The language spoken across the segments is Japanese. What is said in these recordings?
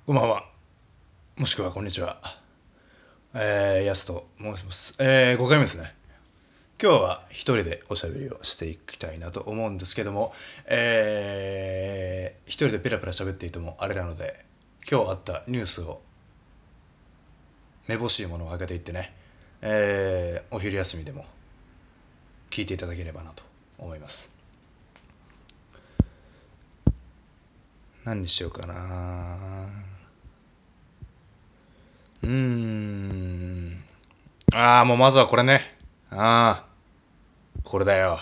こんばんは。もしくはこんにちは。やすと申します。5回目ですね。今日は一人でおしゃべりをしていきたいなと思うんですけども、一人でペラペラ喋っていてもあれなので、今日あったニュースをめぼしいものを上げていってね、お昼休みでも聞いていただければなと思います。何にしようかな。もうまずはこれね。これだよ。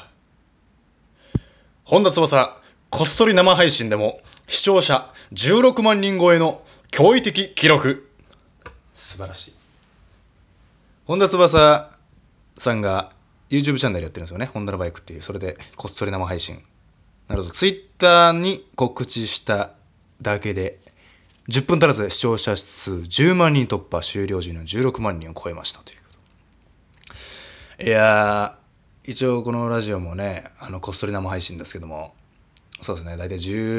本田翼、こっそり生配信でも視聴者16万人超えの驚異的記録。素晴らしい。本田翼さんが YouTube チャンネルやってるんですよね。ホンダのバイクっていう。それでこっそり生配信。なるほど。Twitter に告知しただけで10分足らずで視聴者数10万人突破、終了時の16万人を超えましたということ。いやー、一応このラジオもね、こっそり生配信ですけども、そうですね、大体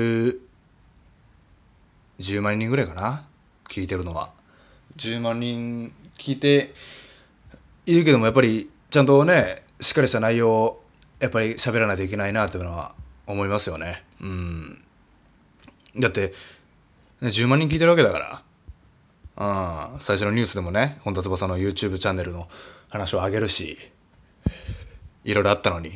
10万人ぐらいかな、聞いてるのは。10万人聞いているけども、やっぱりちゃんとね、しっかりした内容をやっぱり喋らないといけないなというのは思いますよね。だって10万人聞いてるわけだから。最初のニュースでもね、本田翼の YouTube チャンネルの話を上げるし、いろいろあったのに。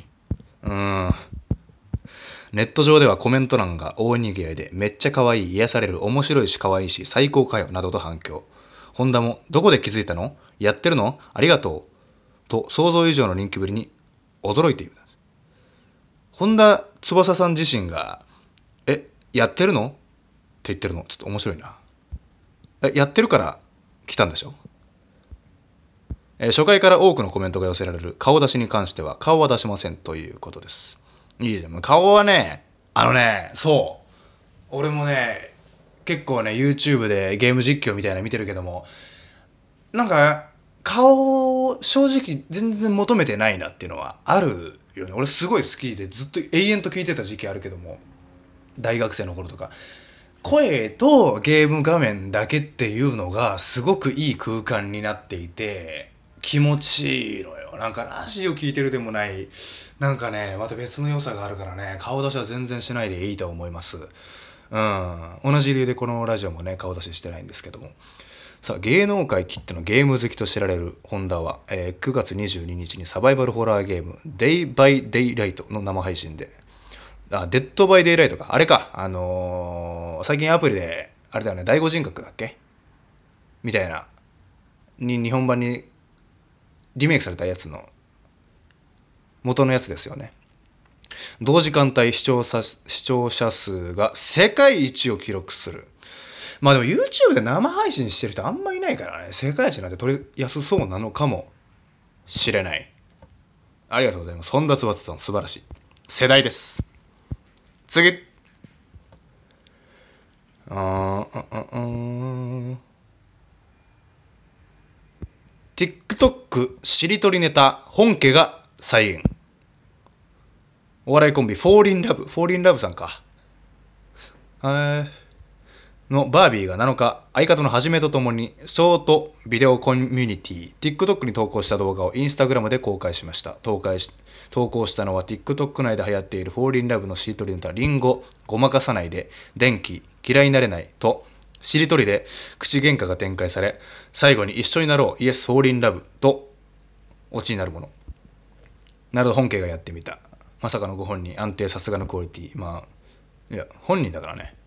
ネット上ではコメント欄が大にぎわいで、めっちゃ可愛い、癒される、面白いし可愛いし、最高かよ、などと反響。ホンダも、どこで気づいたの？やってるの？ありがとう。と、想像以上の人気ぶりに驚いている。本田翼さん自身が、やってるの？って言ってるの、ちょっと面白いな。やってるから来たんでしょ？初回から多くのコメントが寄せられる顔出しに関しては、顔は出しませんということです。いいじゃん。顔はね、そう。俺もね、結構ね、YouTube でゲーム実況みたいなの見てるけども、なんか、顔を正直全然求めてないなっていうのはあるよね。俺すごい好きでずっと永遠と聞いてた時期あるけども、大学生の頃とか。声とゲーム画面だけっていうのがすごくいい空間になっていて、気持ちいいのよ。なんかラジオ聞いてるでもない、なんかね、また別の良さがあるからね、顔出しは全然しないでいいと思います。同じ理由でこのラジオもね、顔出ししてないんですけども。さあ、芸能界きってのゲーム好きと知られるホンダは、9月22日にサバイバルホラーゲーム、デイバイデイライトの生配信で、デッドバイデイライトか。あれか。最近アプリで、あれだよね、第五人格だっけみたいな。日本版にリメイクされたやつの元のやつですよね。同時間帯視聴者数が世界一を記録する。まあでも YouTube で生配信してる人あんまいないからね。世界一なんて取りやすそうなのかもしれない。ありがとうございます。本田翼さん素晴らしい。世代です。次。TikTok しりとりネタ本家が再現。お笑いコンビフォーリンラブさんか。のバービーが7日、相方のはじめとともにショートビデオコミュニティ TikTok に投稿した動画をインスタグラムで公開しました。投稿したのは TikTok 内で流行っているフォーリンラブのしりとりネタリンゴ、ごまかさないで、電気、嫌いになれないと、しりとりで口喧嘩が展開され、最後に一緒になろう、イエスフォーリンラブとオチになるもの。なるほど、本家がやってみた。まさかのご本人、安定さすがのクオリティ。いや、本人だからね。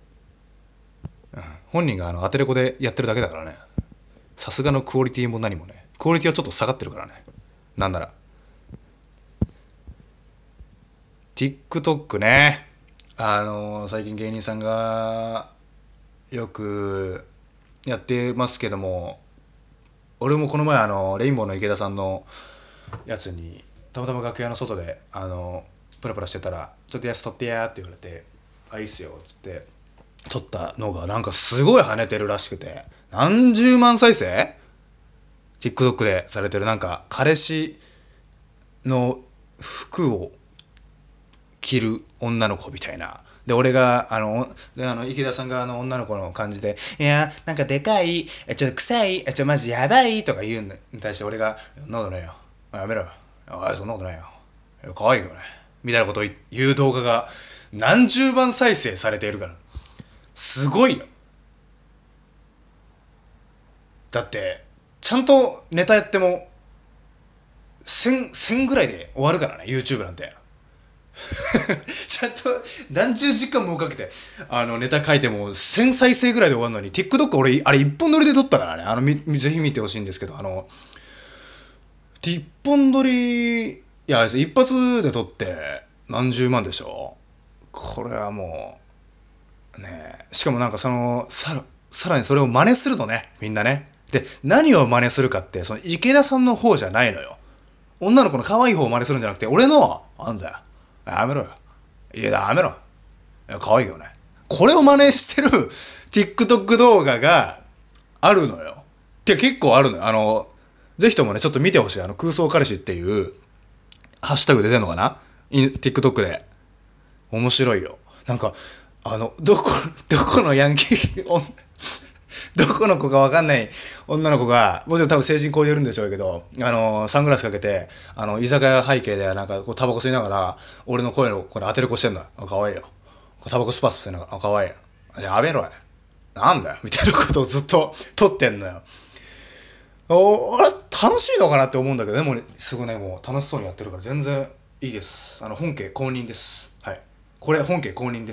本人がアテレコでやってるだけだからね。さすがのクオリティも何もね。クオリティはちょっと下がってるからね。なんなら。TikTok ね。最近芸人さんがよくやってますけども、俺もこの前レインボーの池田さんのやつに、たまたま楽屋の外で、プラプラしてたら、ちょっとやつ撮ってやーって言われて、いいっすよ、つって、撮ったのがなんかすごい跳ねてるらしくて、何十万再生 TikTok でされてる、なんか彼氏の服を着る女の子みたいなで、俺が、池田さんが女の子の感じで、いや、なんかでかい、ちょっと臭い、マジやばいとか言うんに対して俺が、そんなことねえよ。やめろよ。おい、そんなことないよ。可愛いよね。みたいなことを言う動画が何十万再生されているから。すごいよ。だって、ちゃんとネタやっても、1000ぐらいで終わるからね、YouTube なんて。ちゃんと何十時間もかけてネタ書いても1000再生ぐらいで終わるのに TikTok 俺あれ一本撮りで撮ったからねぜひ見てほしいんですけど一本撮りいや一発で撮って何十万でしょこれはもうねしかもなんかさらにそれを真似するのねみんなねで何を真似するかってその池田さんの方じゃないのよ女の子の可愛い方を真似するんじゃなくて俺のなんだよやめろよ。いや、やめろ。いや、可愛いよね。これを真似してる TikTok 動画があるのよ。結構あるのよ。ぜひともね、ちょっと見てほしい。空想彼氏っていうハッシュタグ出てんのかなTikTok で。面白いよ。なんか、どこのヤンキー、どこの子かわかんない女の子が、もちろん多分成人超えてるんでしょうけど、サングラスかけて、居酒屋背景でなんかこうタバコ吸いながら、俺の声のこれ当てる子してんのよ。かわいいよ。タバコスパスしてんのかわいい。やめろよ。なんだよ。みたいなことをずっと撮ってんのよ。俺、楽しいのかなって思うんだけど、でもね、すごいね、もう楽しそうにやってるから全然いいです。本家公認です。はい。これ本家公認です。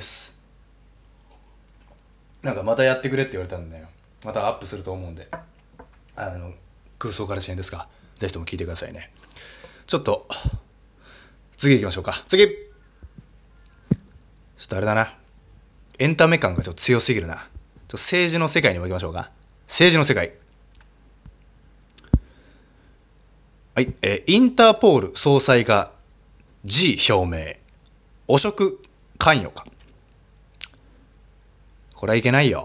なんかまたやってくれって言われたんだよ。またアップすると思うんで空想から支援ですかぜひとも聞いてくださいねちょっと次行きましょうか次ちょっとあれだなエンタメ感がちょっと強すぎるな政治の世界にも行きましょうか政治の世界はいインターポール総裁が辞意表明汚職関与かこれはいけないよ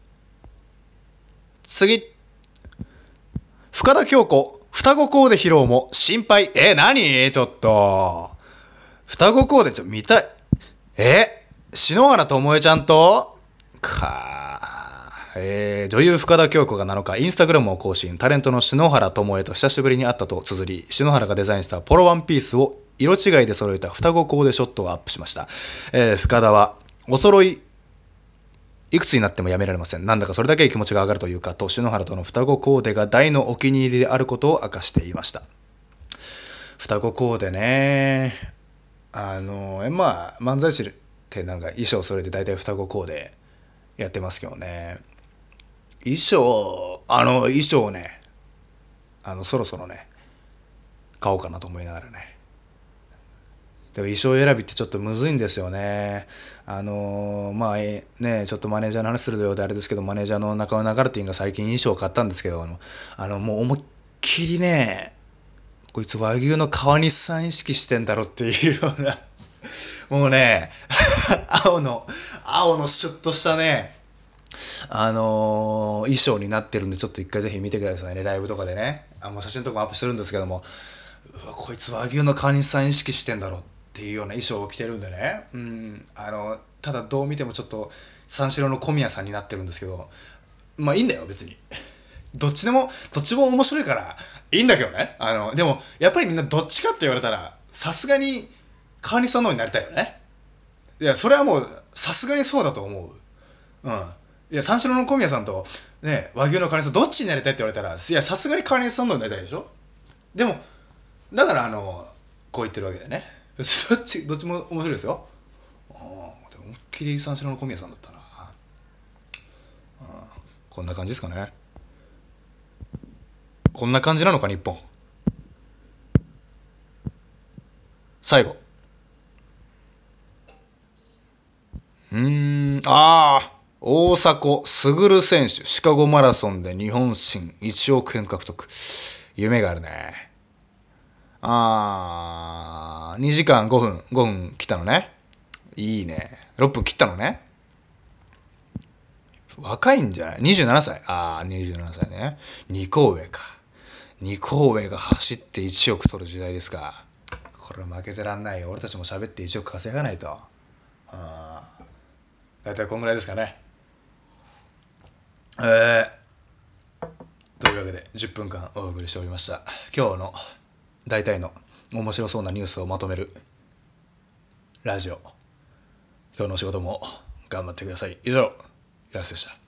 次。深田恭子、双子コーデ披露も心配。何ちょっと。双子コーデ見たい。篠原ともえちゃんと女優深田恭子が7日、インスタグラムを更新。タレントの篠原ともえと久しぶりに会ったと綴り、篠原がデザインしたポロワンピースを色違いで揃えた双子コーデショットをアップしました。深田は、お揃い、いくつになってもやめられません。なんだかそれだけ気持ちが上がるというか、と篠原との双子コーデが大のお気に入りであることを明かしていました。双子コーデね。漫才師ってなんか衣装それで大体双子コーデやってますけどね。衣装ね、そろそろね、買おうかなと思いながらね。でも衣装選びってちょっとむずいんですよね。ちょっとマネージャーの話するようであれですけど、マネージャーの中尾流ティンが最近衣装を買ったんですけど、もう思いっきりね、こいつ和牛の川西さん意識してんだろっていうような、もうね、青のシュッとしたね、衣装になってるんで、ちょっと一回ぜひ見てくださいね、ライブとかでね。もう写真とかもアップしてるんですけども、こいつ和牛の川西さん意識してんだろっていうような衣装を着てるんでね。ただどう見てもちょっと三四郎の小宮さんになってるんですけど、まあいいんだよ別に。どっちも面白いからいいんだけどね。でもやっぱりみんなどっちかって言われたらさすがに川西さんの方になりたいよね。いやそれはもうさすがにそうだと思う。いや三四郎の小宮さんとね和牛の川西さんどっちになりたいって言われたらいやさすがに川西さんの方になりたいでしょ。でもだからこう言ってるわけだよね。どっちも面白いですよ。でも思いっきり三四郎の小宮さんだったな。こんな感じですかね。こんな感じなのか日本。最後。大迫傑選手シカゴマラソンで日本新1億円獲得。夢があるね。2時間5分切ったのね。いいね。6分切ったのね。若いんじゃない ?27 歳。27歳ね。2個上か。2個上が走って1億取る時代ですか。これ負けてらんないよ。俺たちも喋って1億稼がないと。 だいたいこんぐらいですかね。というわけで10分間お送りしておりました。今日の大体の面白そうなニュースをまとめるラジオ。今日のお仕事も頑張ってください。以上、やすでした。